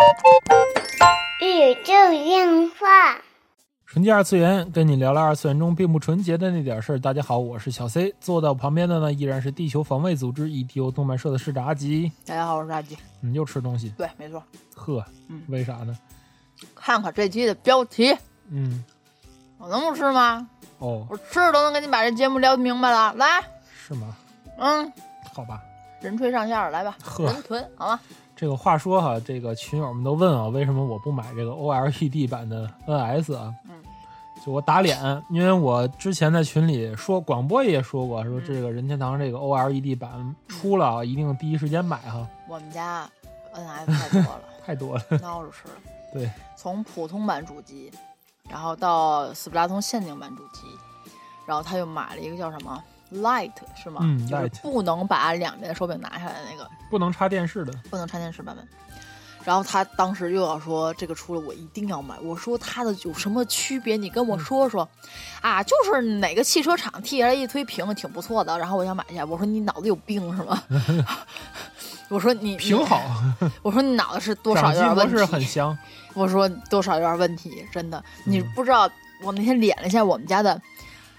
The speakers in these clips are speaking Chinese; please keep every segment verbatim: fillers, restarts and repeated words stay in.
宇宙电话。 纯洁二次元，跟你聊聊二次元中并不纯洁的那点事儿。大家好，我是小 C， 坐到旁边的呢依然是地球防卫组织 E T O 动漫社的社长阿吉。 大家好，我是阿吉。 你又吃东西？ 对，没错。 呵，嗯，为啥呢？ 看看这期的标题。 嗯， 我能不吃吗？ 哦， 我吃都能跟你把这节目聊明白了。来， 是吗？ 嗯， 好吧。 人吹上线了，来吧， 呵， 人囤，好吗？ 这个话说哈，这个群友们都问啊，为什么我不买这个 O L E D 版的 N S 啊？嗯，就我打脸，因为我之前在群里说，广播也说过，说这个任天堂这个 O L E D 版出了啊，一定第一时间买哈。 我们家 N S 太多了， 太多了， 闹着吃了。 对， 从普通版主机，然后到斯普拉通限定版主机，然后他又买了一个叫什么 Lite 是吗？ 嗯， 就是不能把两边手柄拿下来的那个， 不能插电视的， 不能插电视版本。然后他当时又要说这个出了我一定要买，我说它的有什么区别？你跟我说说。嗯、啊，就是哪个汽车厂贴了一推屏挺不错的，然后我想买一下。我说你脑子有病是吗？我说你屏好， 我说你脑子是多少有点问题？ 是很香。 我说多少有点问题，真的，你不知道。我那天敛了一下我们家的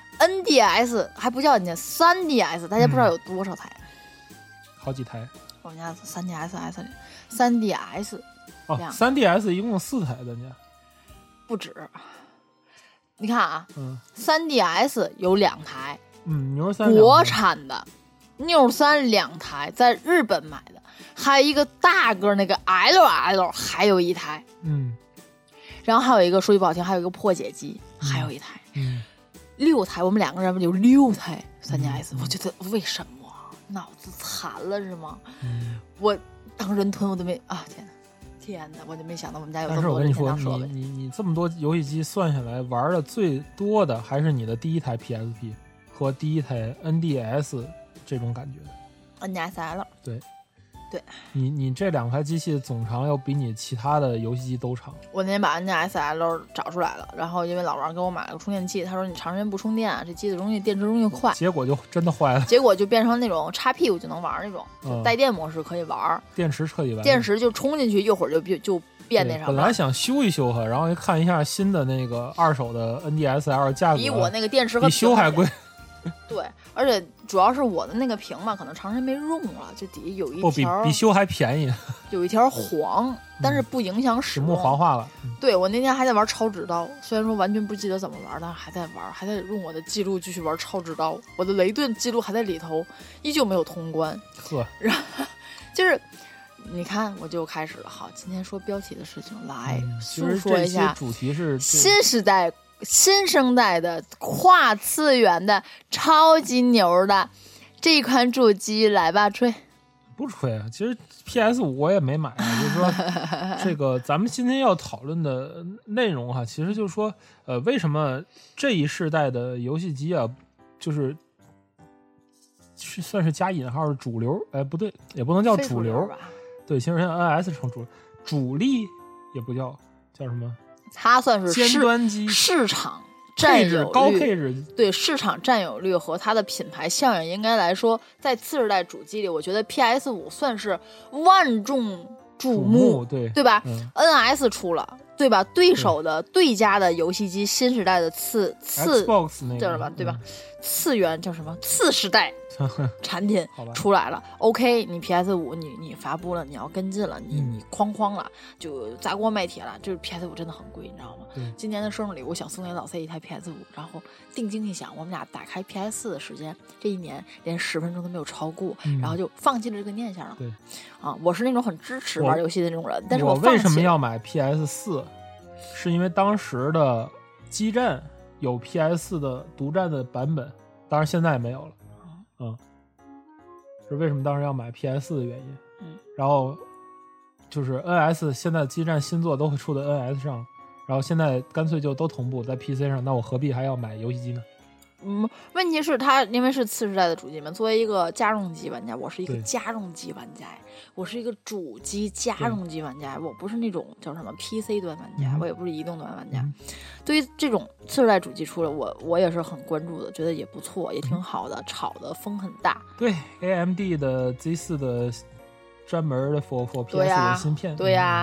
N D S， 还不叫人家 三 D S， 大家不知道有多少台？ 嗯、好几台。 我们家 三 D S S 三 D S 哦 ，三 D S 一共四台的呢， 不止。你看啊， 嗯， 三 D S 有两台， 嗯，牛三国产的，牛三两台，在日本买的，还有一个大个那个 L L 还有一台， 嗯， 然后还有一个说句不好听，还有一个破解机，嗯、还有一台， 嗯， 六台，我们两个人有六台三 D S，、嗯、我觉得为什么？脑子残了是吗？嗯、我当人吞我都没啊！天哪，天哪！我就没想到我们家有这么多人当设备。 但是我跟你说，你你这么多游戏机算下来，玩的最多的还是你的第一台 P S P 和第一台 N D S 这种感觉。 N D S L 对。 对， 你你这两台机器总长要比你其他的游戏机都长。 我那天把 N D S L 找出来了，然后因为老王给我买了个充电器，他说你长时间不充电啊，这机子容易电池容易坏。 结果就真的坏了。 结果就变成那种插屁股就能玩那种，就带电模式可以玩。嗯、 电池彻底完。 电池就充进去，一会儿就就变那啥。 本来想修一修它，然后一看一下新的那个二手的 N D S L 价格比我那个电池比修还贵。 对，而且主要是我的那个屏嘛，可能长时间没用了，就底下有一条、 哦、比, 比修还便宜， 有一条黄，但是不影响使用。 屏幕黄化了。 对，我那天还在玩超指刀，虽然说完全不记得怎么玩，但是还在玩，还在用我的记录继续玩超指刀。我的雷顿记录还在里头，依旧没有通关。 呵， 然后就是你看，我就开始了。好，今天说标题的事情，来诉、嗯、说一下。 主题是新时代。新生代的跨次元的超级牛的这一款主机，来吧，吹！ 不吹啊，其实 P S 五 我也没买啊。就是说，这个咱们今天要讨论的内容哈、啊，其实就是说，呃，为什么这一世代的游戏机啊，就是是算是加引号的主流？哎，不对，也不能叫主流吧？ 对，其实像 N S 成主主力也不叫，叫什么？ 它算是尖端机， 市场占有率高配置， 对市场占有率和它的品牌效应，应该来说，在次世代主机里，我觉得 P S 五 算是万众瞩目， 对对吧、 嗯、 ？N S 出了，对吧？对手的对家的游戏机，新时代的次次 Xbox 那个叫什么？对吧？嗯、次元叫什么？次时代。产品出来了 ，OK， 你 P S 五 你你发布了，你要跟进了，你你哐哐了，就砸锅卖铁了。就是 P S 五 真的很贵，你知道吗？ 嗯、 今年的生日礼物想送给老 C 一台 P S 五，然后定睛一想，我们俩打开 P S 四的时间，这一年连十分钟都没有超过， 嗯、 然后就放弃了这个念想了。 对， 啊，我是那种很支持玩游戏的那种人，但是我放弃为什么要买 P S 四？是因为当时的基站有 P S 四的独占的版本，当然现在也没有了。嗯。是为什么当时要买 P S 四 的原因， 嗯， 然后就是 N S 现在基站新作都会出的 N S 上，然后现在干脆就都同步在 P C 上，那我何必还要买游戏机呢？ 嗯，问题是它因为是次世代的主机嘛，作为一个家用机玩家，我是一个家用机玩家，我是一个主机家用机玩家，我不是那种叫什么 P C 端玩家， 嗯、 我也不是移动端玩家。嗯、对于这种次世代主机出来，我我也是很关注的，觉得也不错，也挺好的，嗯、炒的风很大。 对 ，A M D 的 Z 四的专门的 for for P S 五的芯片， 对呀、啊。对啊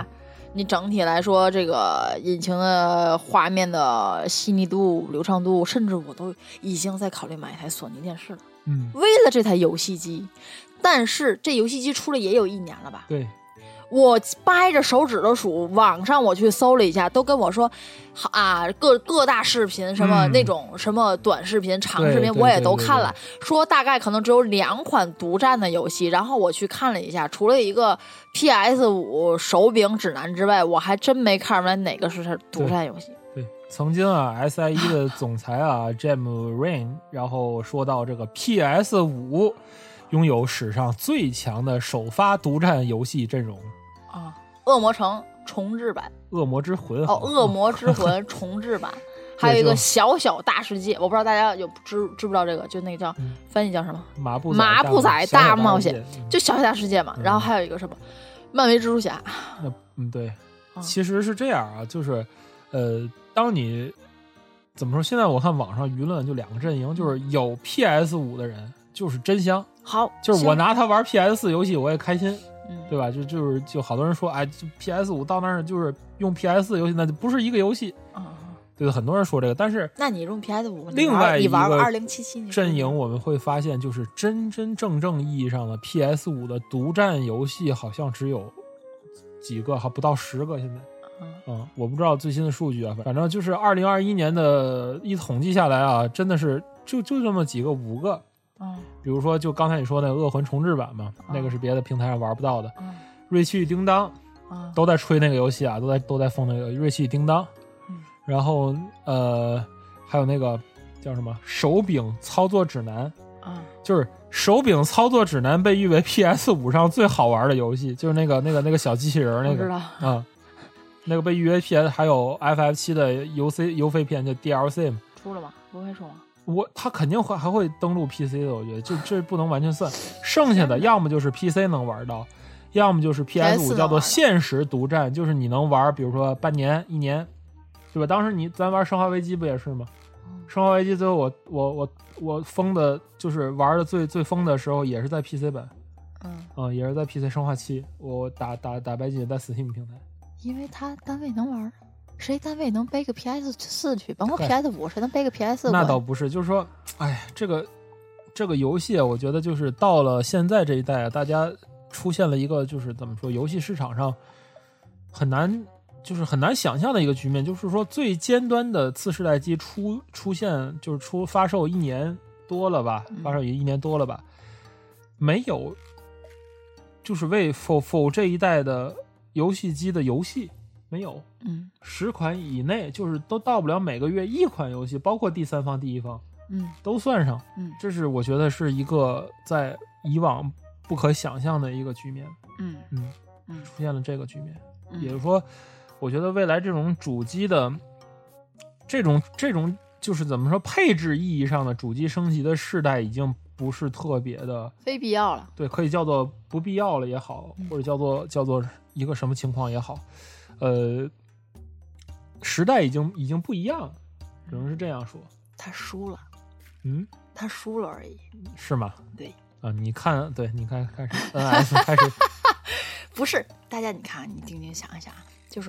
你整体来说，这个引擎的画面的细腻度、流畅度，甚至我都已经在考虑买一台索尼电视了。 嗯， 为了这台游戏机，但是这游戏机出了也有一年了吧？ 对。 我掰着手指头数，网上我去搜了一下，都跟我说，好啊，各各大视频什么、嗯、那种什么短视频、长视频，我也都看了，说大概可能只有两款独占的游戏。然后我去看了一下，除了一个 P S 五 手柄指南之外，我还真没看出来哪个是独占游戏。 对，对曾经啊 ，S I E 的总裁啊，Jim Ryan， 然后说到这个 P S 五 拥有史上最强的首发独占游戏阵容。 啊，恶魔城重置版， 恶魔之魂哦，恶魔之魂重置版，还有一个小小大世界，我不知道大家有知知不知道这个，就那个叫、嗯、翻译叫什么？ 马布马布仔大冒险， 嗯、 就小小大世界嘛。嗯、然后还有一个什么，漫威蜘蛛侠。 嗯，对，嗯、其实是这样啊，就是呃，当你怎么说？现在我看网上舆论就两个阵营，就是有 P S 五 的人就是真香， 好， 就是我拿它玩 P S 四 游戏我也开心。 嗯、 对吧？就就是就好多人说，哎，就 P S 五 到那儿就是用 P S 四 游戏，那就不是一个游戏。 嗯， 对，很多人说这个，但是那你用 P S 五， 另外一个二零七七阵营，我们会发现，就是真真正正意义上的 P S 五 的独占游戏，好像只有几个，还不到十个。现在， 嗯, 嗯，我不知道最新的数据啊，反正就是二零二一年的一统计下来啊，真的是就就这么几个，五个。 嗯， 比如说，就刚才你说那个恶魂重置版嘛，嗯、那个是别的平台上玩不到的。 嗯， 瑞奇与叮当， 嗯、 都在吹那个游戏啊，都在都在封那个瑞奇与叮当。 嗯， 然后呃，还有那个叫什么手柄操作指南， 嗯， 就是手柄操作指南被誉为 P S 五 上最好玩的游戏，就是那个那个那个小机器人那个啊、嗯，那个被誉为 P S， 还有 F F 七的游 C 游飞片叫 D L C 嘛， 出了吗？不会出吗？ 我他肯定会还会登录 P C 的，我觉得就这不能完全算，剩下的要么就是 P C 能玩到，要么就是 P S 五 叫做限时独占，就是你能玩，比如说半年、一年，对吧？当时你咱玩生化危机不也是吗？生化危机最后我我我我封的，就是玩的最最疯的时候，也是在 P C 版， 嗯嗯，也是在 P C 生化七，我打打打白金在 Steam 平台， 因为他单位能玩。谁单位能背个 P S 四 去？甭说 P S 五，谁能背个 P S 五？ 那倒不是，就是说，哎，这个这个游戏，我觉得就是到了现在这一代啊，大家出现了一个就是怎么说，游戏市场上很难，就是很难想象的一个局面，就是说最尖端的次世代机出出现，就是出发售一年多了吧，发售也一年多了吧，没有，就是为否否这一代的游戏机的游戏。没有， 嗯， 十款以内，就是都到不了每个月一款游戏，包括第三方、第一方， 嗯， 都算上， 嗯， 这是我觉得是一个在以往不可想象的一个局面， 嗯嗯嗯， 出现了这个局面， 嗯、 也就是说，我觉得未来这种主机的这种这种就是怎么说配置意义上的主机升级的世代已经不是特别的非必要了， 对，可以叫做不必要了也好， 嗯、 或者叫做叫做一个什么情况也好。呃，时代已经已经不一样了，只能是这样说。 他输了， 嗯， 他输了而已， 是吗？ 对啊，你看，对，你看开始 N S 开始， 不是，大家你看，你定睛想一想，就是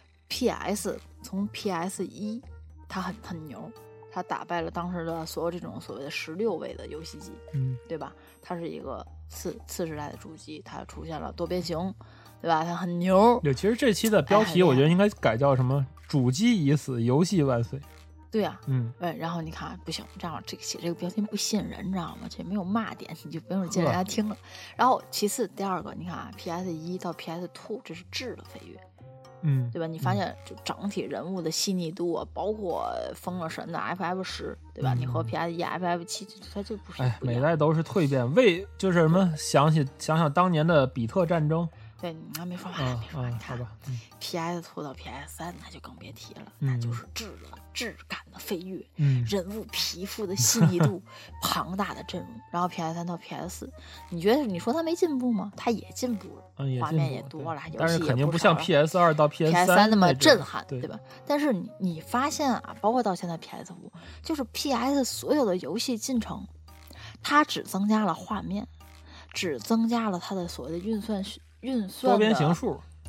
P S 从 P S 一，它很很牛，它打败了当时的所有这种所谓的十六位的游戏机， 嗯， 对吧？它是一个次次时代的主机，它出现了多边形。对吧？它很牛。 对，其实这期的标题我觉得应该改叫什么“主机已死，游戏万岁”。 对呀、啊， 嗯， 对。然后你看，不行，这样这个写这个标题不吸引人，你知道吗？这没有骂点，你就不用接人家听了。然后其次，第二个，你看啊 ，P S 一到 P S 二，这是质的飞跃。 嗯， 对吧？你发现就整体人物的细腻度啊，包括封了神的 F F 十，对吧？ 嗯、 你和 P S 一、F F 七，它就不是哎， 不一样。 每代都是蜕变，为就是什么？想起想想当年的比特战争。 对，你还没说完， 嗯、 没说完。 嗯、 你看好吧、嗯、 ，P S 二到 P S 三那就更别提了， 嗯、 那就是质的质感的飞跃， 嗯， 人物皮肤的细腻度，庞大的阵容。然后 P S 三到 P S 四，你觉得你说它没进步吗？它也进步了， 嗯、也画面也多了， 但是肯定不像 P S 二到 P S 三那么震撼， 对, 对吧？但是你你发现啊，包括到现在 P S 五，就是 P S 所有的游戏进程，它只增加了画面，只增加了它的所谓的运算运算多边形数，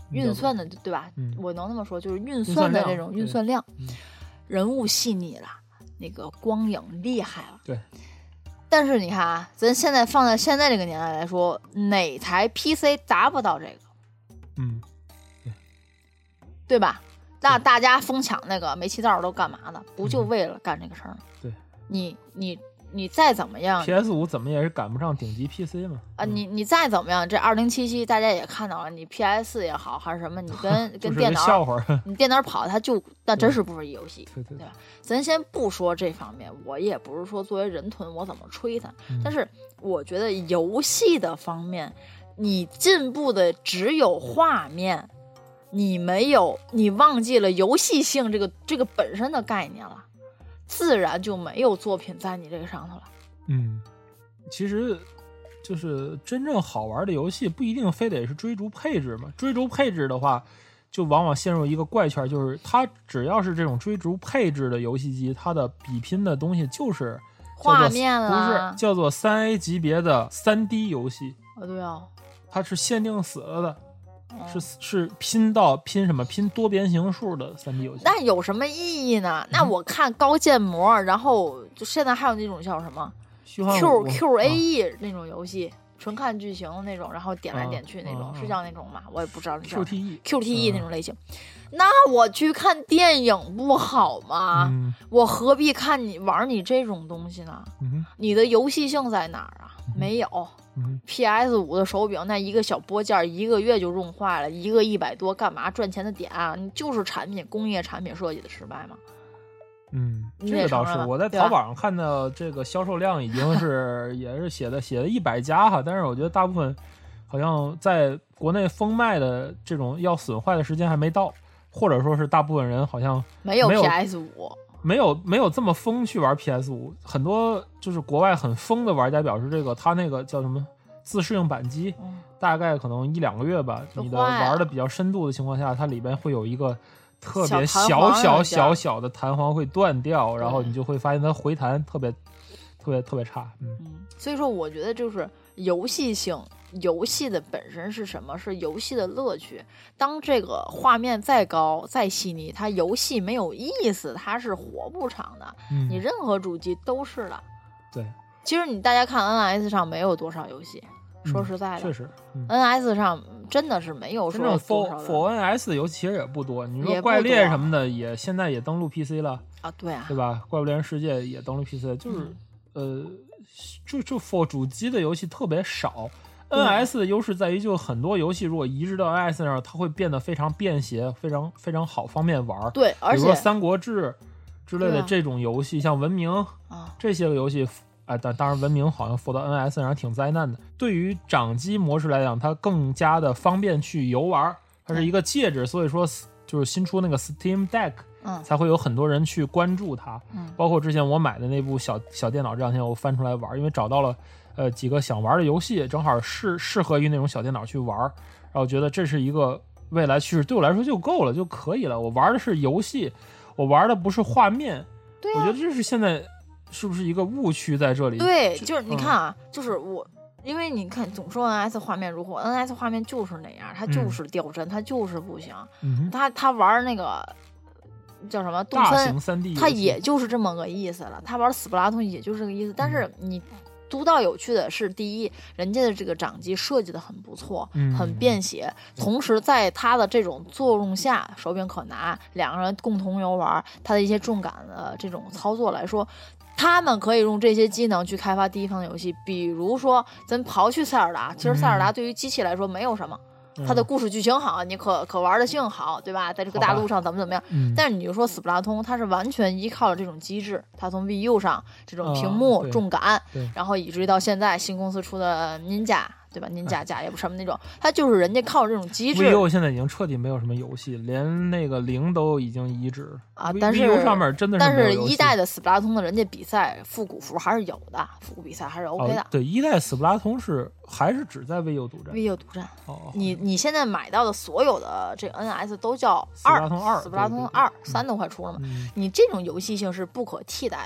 运算的，对吧？ 嗯， 我能那么说，就是运算的这种运算量， 嗯、 人物细腻了，那个光影厉害了。 对。 但是你看啊，咱现在放在现在这个年代来说，哪台 P C 达不到这个？ 嗯， 对，对吧？那大家疯抢那个煤气灶都干嘛呢？不就为了干这个事儿吗？ 对， 你你你再怎么样 ，P S 五怎么也是赶不上顶级 P C 嘛。 啊，你你再怎么样，这二零七七大家也看到了，你 P S 也好还是什么，你跟跟电脑笑话， 你电脑跑它就那真是不是游戏， 对 对, 对吧？咱先不说这方面，我也不是说作为人臀我怎么吹它， 嗯、 但是我觉得游戏的方面，你进步的只有画面。你没有，你忘记了游戏性这个这个本身的概念了，自然就没有作品在你这个上头了。 嗯，其实就是真正好玩的游戏不一定非得是追逐配置嘛，追逐配置的话，就往往陷入一个怪圈，就是它只要是这种追逐配置的游戏机，它的比拼的东西就是画面了， 不是叫做三 A 级别的三 D 游戏。 哦，对啊， 它是限定死了的。是是拼到拼什么拼多边形数的三 D 游戏， 那有什么意义呢？那我看高建模，然后就现在还有那种叫什么 Q Q A E、啊、那种游戏，纯看剧情那种，然后点来点去那种，啊、是叫那种吗？我也不知道。 Q T E Q T E 那种类型，嗯、那我去看电影不好吗？ 嗯、 我何必看你玩你这种东西呢？ 嗯、 你的游戏性在哪儿啊？嗯、没有。P S 五 的手柄那一个小拨件一个月就用坏了，一个一百多，干嘛赚钱的点啊？你就是产品工业产品设计的失败吗？ 嗯，这个倒是我在淘宝上看到这个销售量已经是也是写的写的一百家哈，但是我觉得大部分好像在国内封卖的这种要损坏的时间还没到，或者说是大部分人好像没有 P S 五。 没有没有这么疯去玩 P S 五，很多就是国外很疯的玩家表示，这个他那个叫什么自适应扳机， 嗯、 大概可能一两个月吧，你的玩的比较深度的情况下，它里边会有一个特别小小小小的弹簧会断掉，然后你就会发现它回弹特别特别特别差。嗯， 嗯所以说我觉得就是游戏性。游戏的本身是什么？是游戏的乐趣。当这个画面再高再细腻，它游戏没有意思，它是活不长的。 嗯、 你任何主机都是的。 对， 其实你大家看 N S 上没有多少游戏， 嗯、 说实在的， 确实、嗯、 ，N S 上真的是没有说多少。 For N S 的游戏其实也不多。你说怪猎什么的也，也现在也登陆 P C 了啊，对啊， 对吧？怪物猎人世界也登陆 P C， 就是、嗯、呃，就就 For 主机的游戏特别少。N S 的优势在于，就很多游戏如果移植到 N S 上，它会变得非常便携，非常非常好，方便玩。 对，而且比如说《三国志》之类的这种游戏，啊、像《文明》 啊这些个游戏，哎，但当然《文明》好像放到 N S 上挺灾难的。对于掌机模式来讲，它更加的方便去游玩，它是一个介质，所以说就是新出那个 Steam Deck。 嗯， 才会有很多人去关注它。 嗯， 包括之前我买的那部小小电脑，这两天我翻出来玩，因为找到了呃几个想玩的游戏，正好适适合于那种小电脑去玩，然后觉得这是一个未来趋势，对我来说就够了，就可以了。我玩的是游戏，我玩的不是画面。 对、啊， 我觉得这是现在是不是一个误区在这里？ 对，就是你看啊，嗯、就是我。因为你看，总说 N S 画面如何 ，N S 画面就是那样，它就是掉帧，嗯、它就是不行。 嗯、 它它玩那个叫什么动森， 三 D 它也就是这么个意思了。它玩斯普拉通也就是这个意思。但是你读到有趣的是，第一，人家的这个掌机设计的很不错， 嗯、 很便携，同时在它的这种作用下，手柄可拿，两个人共同游玩，它的一些重感的这种操作来说。他们可以用这些机能去开发第一方的游戏，比如说咱刨去塞尔达，其实塞尔达对于机器来说没有什么， 嗯、 它的故事剧情好，你可可玩的性好，对吧？在这个大陆上怎么怎么样？ 嗯、 但是你就说斯普拉通，它是完全依靠了这种机制，它从 V U 上这种屏幕、 哦、 重感， 对， 然后以至于到现在新公司出的 Ninja。对吧？您家家也不什么那种，它就是人家靠这种机制。 V U 现在已经彻底没有什么游戏，连那个零都已经移植啊。但是 V U 上面真的是但是一代的斯普拉通的人家比赛复古服还是有的，复古比赛还是 OK 的。 哦、对，一代斯普拉通是还是只在 V U 独占 ，V U 独占。 哦， 你你现在买到的所有的这 N S 都叫二， 斯普拉通二， 斯普拉通二三都快出了嘛？ 嗯、 你这种游戏性是不可替代的。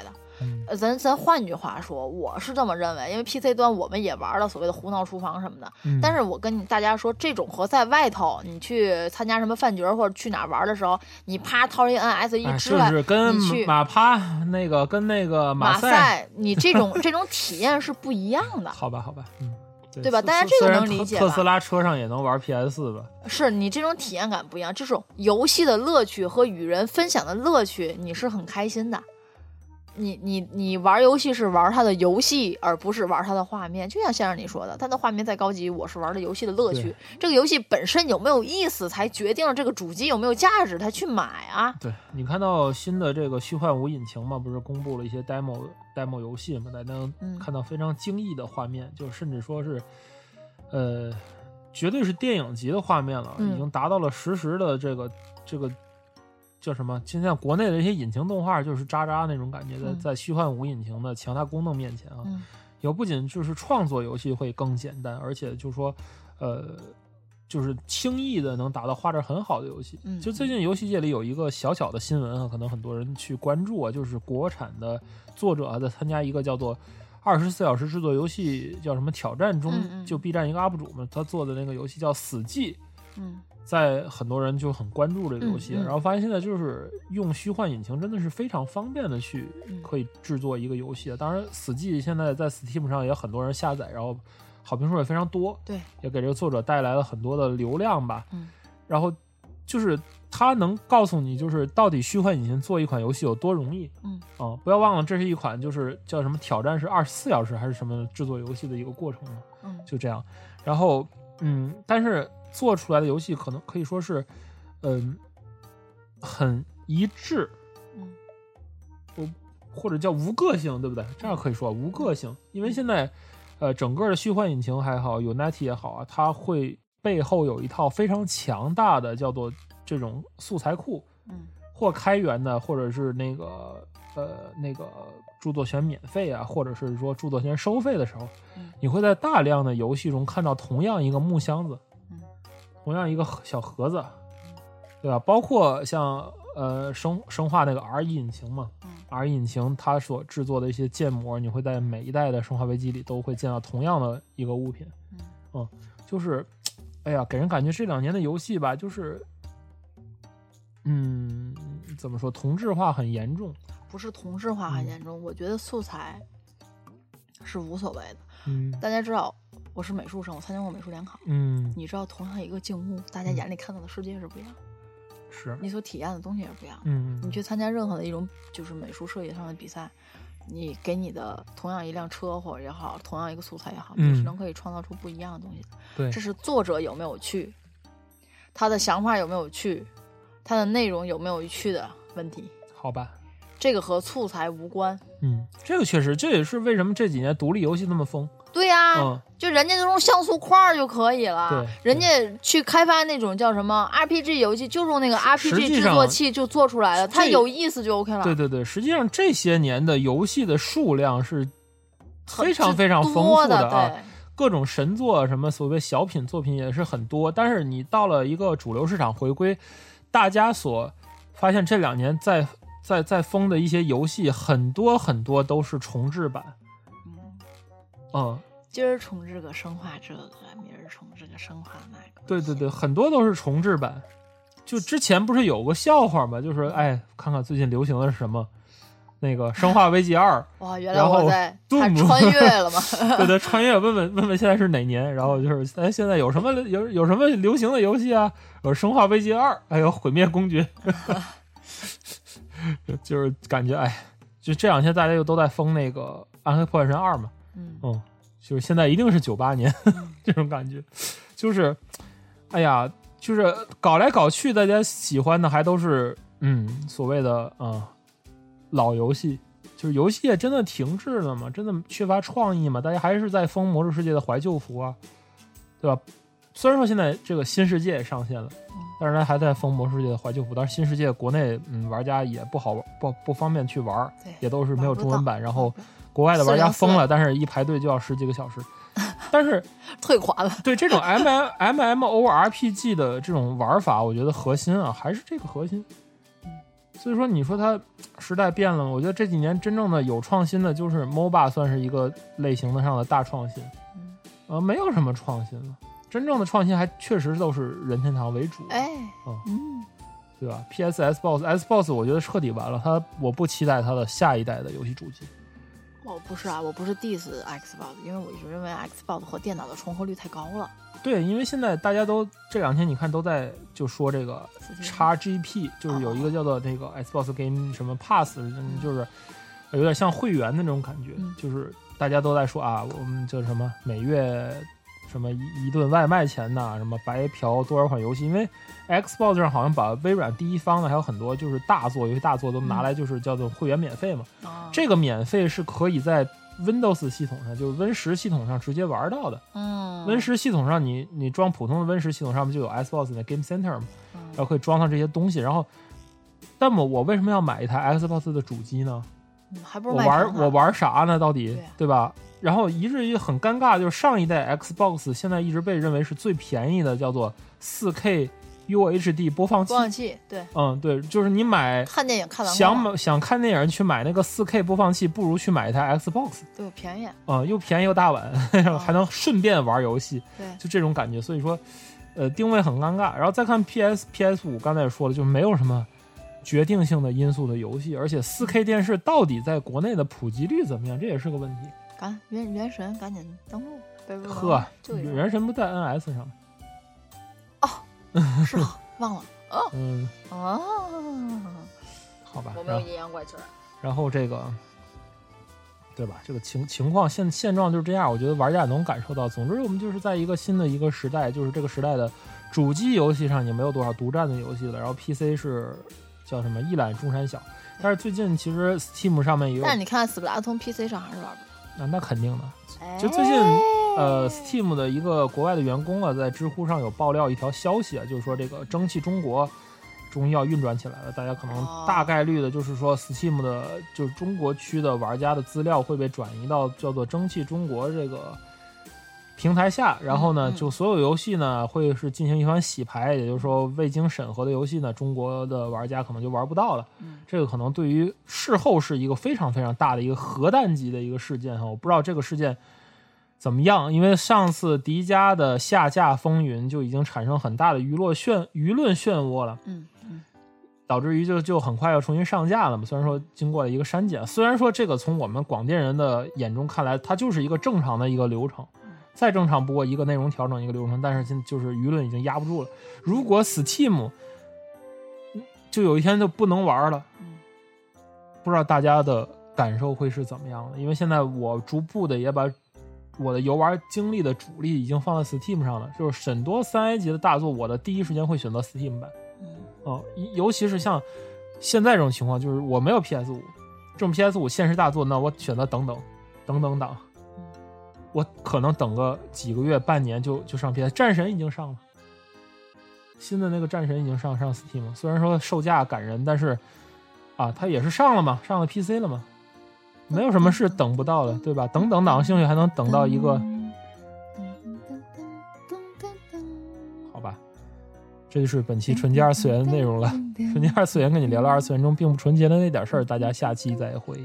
嗯呃，咱咱换句话说，我是这么认为，因为 P C 端我们也玩了所谓的胡闹厨房什么的， 嗯、 但是我跟大家说，这种和在外头你去参加什么饭局或者去哪儿玩的时候，你啪掏一 N S 一支来， 哎、就是跟你去马趴那个跟那个马赛， 你这种这种体验是不一样的。 好吧，好吧，嗯。 对吧？大家这个能理解吧？ 特斯拉车上也能玩 P S 四吧？ 是你这种体验感不一样，这种游戏的乐趣和与人分享的乐趣，你是很开心的。你你你玩游戏是玩它的游戏，而不是玩它的画面。就像先生你说的，它的画面再高级，我是玩的游戏的乐趣。这个游戏本身有没有意思，才决定了这个主机有没有价值，才去买啊。 对，你看到新的这个虚幻五引擎嘛，不是公布了一些 demo demo 游戏嘛，大家能看到非常精益的画面，嗯、就甚至说是，呃，绝对是电影级的画面了，嗯、已经达到了实时的这个这个。叫什么？现在国内的一些引擎动画就是渣渣那种感觉的， 嗯、 在虚幻五引擎的强大功能面前啊， 嗯、 有不仅就是创作游戏会更简单，而且就是说，呃，就是轻易的能达到画质很好的游戏。 嗯、 就最近游戏界里有一个小小的新闻啊，可能很多人去关注啊，就是国产的作者啊在参加一个叫做二十四小时制作游戏叫什么挑战中， 嗯嗯就 B 站一个 U P 主嘛，他做的那个游戏叫死寂。 嗯。 在很多人就很关注这个游戏， 嗯嗯、 然后发现现在就是用虚幻引擎真的是非常方便的去可以制作一个游戏。嗯、当然，死寂现在在 Steam 上也有很多人下载，然后好评数也非常多， 对， 也给这个作者带来了很多的流量吧。 嗯， 然后就是它能告诉你，就是到底虚幻引擎做一款游戏有多容易。 嗯啊、嗯，不要忘了，这是一款就是叫什么挑战是二十四小时还是什么制作游戏的一个过程嘛。 嗯， 就这样。然后嗯，但是。做出来的游戏可能可以说是，嗯、呃，很一致， 嗯， 我或者叫无个性，对不对？这样可以说无个性，因为现在，呃，整个的虚幻引擎还好 ，Unity 也好啊，它会背后有一套非常强大的叫做这种素材库， 嗯， 或开源的，或者是那个呃那个著作权免费啊，或者是说著作权收费的时候， 嗯、 你会在大量的游戏中看到同样一个木箱子。同样一个小盒子，对吧？包括像呃生生化那个 R 一 引擎嘛、 嗯、 ，R 一 引擎它所制作的一些建模，你会在每一代的生化危机里都会见到同样的一个物品。 嗯， 嗯就是，哎呀，给人感觉这两年的游戏吧，就是，嗯，怎么说，同质化很严重。 不是同质化很严重，嗯、我觉得素材是无所谓的。 嗯， 大家知道。我是美术生，我参加过美术联考。 嗯， 你知道，同样一个静物，大家眼里看到的世界是不一样， 是你所体验的东西也不一样。 嗯， 你去参加任何的一种就是美术设计上的比赛，你给你的同样一辆车或者也好，同样一个素材也好， 嗯、 你是能可以创造出不一样的东西的。 对， 这是作者有没有去，他的想法有没有去，他的内容有没有去的问题。 好吧。 这个和素材无关。 嗯，这个确实，这也是为什么这几年独立游戏那么疯。 对呀、啊嗯， 就人家那种像素块就可以了。 对， 人家去开发那种叫什么 R P G 游戏，就用那个 R P G 制作器就做出来了，它有意思就 OK 了。 对对对，实际上这些年的游戏的数量是非常非常丰富的啊，各种神作什么所谓小品作品也是很多。但是你到了一个主流市场回归，大家所发现这两年在在在疯的一些游戏，很多很多都是重制版。嗯， 今儿重置个生化这个，明儿重置个生化那个。 对对对，很多都是重制版。就之前不是有个笑话吗？就是哎，看看最近流行的是什么，那个《生化危机二》。 哇，原来我在他穿越了吗？ 对对，穿越问问问问现在是哪年？然后就是哎，现在有什么有有什么流行的游戏啊？有《生化危机二》，还有《毁灭公爵》。就是感觉哎，就这两天大家又都在封那个《暗黑破坏神二》嘛。 嗯, 嗯，就是现在一定是九八年、嗯、这种感觉，就是哎呀，就是搞来搞去，大家喜欢的还都是嗯所谓的啊、嗯、老游戏，就是游戏业真的停滞了嘛，真的缺乏创意嘛，大家还是在封魔兽世界的怀旧服啊，对吧？虽然说现在这个新世界也上线了，但是他还在封魔兽世界的怀旧服，但是新世界国内嗯玩家也不好不不方便去玩，也都是没有中文版，然后国外的玩家疯了，但是一排队就要十几个小时，但是退款了。 对这种 M M M M O R P G 的这种玩法，我觉得核心啊还是这个核心， 所以说你说它时代变了吗？我觉得这几年真正的有创新的就是 M O B A 算是一个类型的上的大创新，嗯，呃，没有什么创新了。真正的创新还确实都是任天堂为主， 哎， 嗯， 嗯， 对吧 ？P S Xbox，Xbox 我觉得彻底完了，它我不期待它的下一代的游戏主机。 我不是啊，我不是 diss Xbox， 因为我一直认为 Xbox 和电脑的重合率太高了。 对，因为现在大家都这两天你看都在就说这个 X G P， 就是有一个叫做那个 Xbox Game 什么 Pass， 就是有点像会员的那种感觉， 嗯、 就是大家都在说啊，我们叫什么每月什么一顿外卖钱呐，什么白嫖多少款游戏，因为 Xbox 上好像把微软第一方的还有很多就是大作游戏大作都拿来就是叫做会员免费嘛， 嗯、 这个免费是可以在Windows 系统上，就是 Win 十系统上直接玩到的。 嗯 ，Win 十系统上你你装普通的 Win 十系统上面就有 Xbox 的 Game Center 嘛， 嗯、 然后可以装上这些东西。然后，那么我为什么要买一台 Xbox 的主机呢？ 嗯、还不如我玩我玩啥呢？到底对,、啊、 对吧？然后以至于很尴尬，就是上一代 Xbox 现在一直被认为是最便宜的，叫做 四 K U H D 播放器。 播放器，对， 嗯，对，就是你买看电影看完想买想看电影去买那个 四 K 播放器，不如去买一台 Xbox， 对，便宜， 嗯，又便宜又大碗，还能顺便玩游戏， 对， 就这种感觉。所以说，呃，定位很尴尬。然后再看 P S P S 五，刚才也说了，就没有什么决定性的因素的游戏，而且 四 K 电视到底在国内的普及率怎么样，这也是个问题。 赶原原神赶紧登录， 呵，原神不在 N S 上哦，是吗？忘了。哦， 嗯， 哦， 好吧， 我没有阴阳怪气儿。 然后这个，对吧？这个情情况现现状就是这样，我觉得玩家也能感受到。总之，我们就是在一个新的一个时代，就是这个时代的主机游戏上也没有多少独占的游戏了。然后 P C 是叫什么一览众山小，但是最近其实 Steam 上面也有。 但是你看斯普拉通 P C 上还是玩不了。 那、啊、那肯定的，就最近呃 Steam 的一个国外的员工啊，在知乎上有爆料一条消息啊，就是说这个蒸汽中国终于要运转起来了，大家可能大概率的就是说 Steam 的就是中国区的玩家的资料会被转移到叫做蒸汽中国这个平台下，然后呢，就所有游戏呢会是进行一番洗牌，也就是说未经审核的游戏呢，中国的玩家可能就玩不到了。这个可能对于事后是一个非常非常大的一个核弹级的一个事件哈，我不知道这个事件怎么样，因为上次迪迦的下架风云就已经产生很大的娱乐漩舆论漩涡了， 嗯嗯， 导致于就就很快要重新上架了嘛。虽然说经过了一个删减，虽然说这个从我们广电人的眼中看来，它就是一个正常的一个流程。再正常不过一个内容调整一个流程，但是现就是舆论已经压不住了。如果 Steam 就有一天就不能玩了，不知道大家的感受会是怎么样的？因为现在我逐步的也把我的游玩经历的主力已经放在 Steam 上了，就是很多三 A 级的大作，我的第一时间会选择 Steam 版。嗯，尤其是像现在这种情况，就是我没有 P S 五，这种 P S 五限时大作，那我选择等等等等档。我可能等个几个月半年就就上 P S， 战神已经上了，新的那个战神已经上上 Steam 了，虽然说售价感人，但是啊它也是上了嘛，上了 P C 了嘛，没有什么是等不到的，对吧？等等档兴许还能等到一个，好吧，这就是本期纯洁二次元的内容了。纯洁二次元跟你聊聊二次元中并不纯洁的那点事儿，大家下期再会。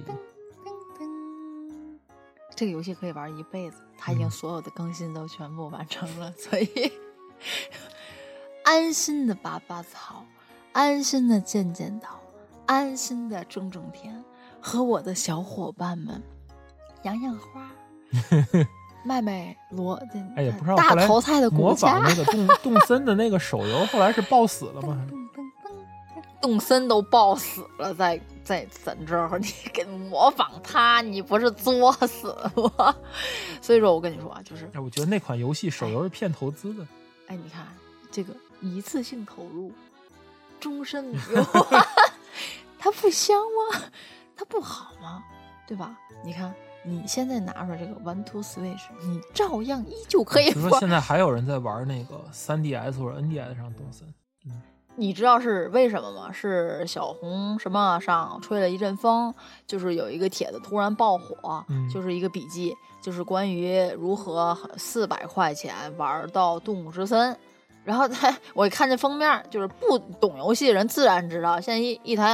这个游戏可以玩一辈子，它已经所有的更新都全部完成了，所以安心的拔拔草，安心的见见岛，安心的种种田，和我的小伙伴们养养花，卖卖萝的， 哎呀，不知道大头菜的模仿那个动动森的那个手游，后来是爆死了吗？ 动森都爆死了，在在咱这儿，你给模仿他，你不是作死吗？所以说我跟你说啊，就是， 哎，我觉得那款游戏手游是骗投资的。 哎，你看这个一次性投入，终身女优，它不香吗？它不好吗？对吧？你看你现在拿出来这个 One Two Switch， 你照样依旧可以玩。 你说现在还有人在玩那个 三 D S 或者 N D S 上动森。嗯， 你知道是为什么吗？是小红什么上吹了一阵风，就是有一个帖子突然爆火， 嗯、 就是一个笔记，就是关于如何四百块钱玩到动物之森。然后他我一看这封面，就是不懂游戏的人自然知道，现在一一台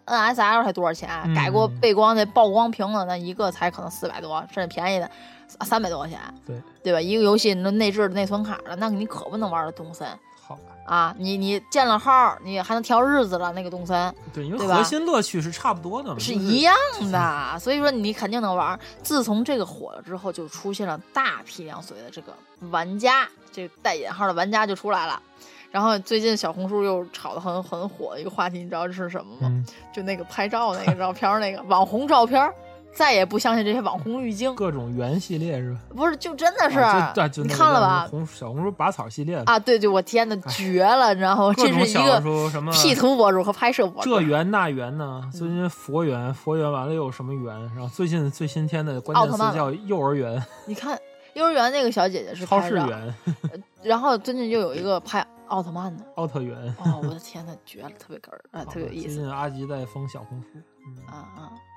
N S L 才多少钱？ 嗯、 改过背光那曝光屏的那一个才可能四百多，甚至便宜的三百多块钱。 对对吧？一个游戏那内置的内存卡了，那你可不能玩的动森。 好吧。 啊，你你建了号，你还能调日子了，那个动森， 对，因为核心乐趣是差不多的嘛， 是一样的，所以说你肯定能玩。自从这个火了之后，就出现了大批量所谓的这个玩家，这个带引号的玩家就出来了。然后最近小红书又炒得很很火的一个话题，你知道这是什么吗？嗯、就那个拍照那个照片，那个网红照片。再也不相信这些网红滤镜， 各种原系列是吧？ 不是，就真的是， 啊、就就你看了吧？ 红小红书拔草系列啊，对对，我天哪，绝了！你知道吗？这是一个 P 图博主和拍摄博主， 这圆那圆呢？最近佛缘，佛缘完了又有什么缘？然后最近最新添的关键词叫幼儿园。 你看幼儿园那个小姐姐是超市园， 然后最近又有一个拍奥特曼的奥特园。 哦，我的天呐，绝了，特别哏儿啊，特别有意思。 最近阿吉在封小红书， 嗯、啊啊。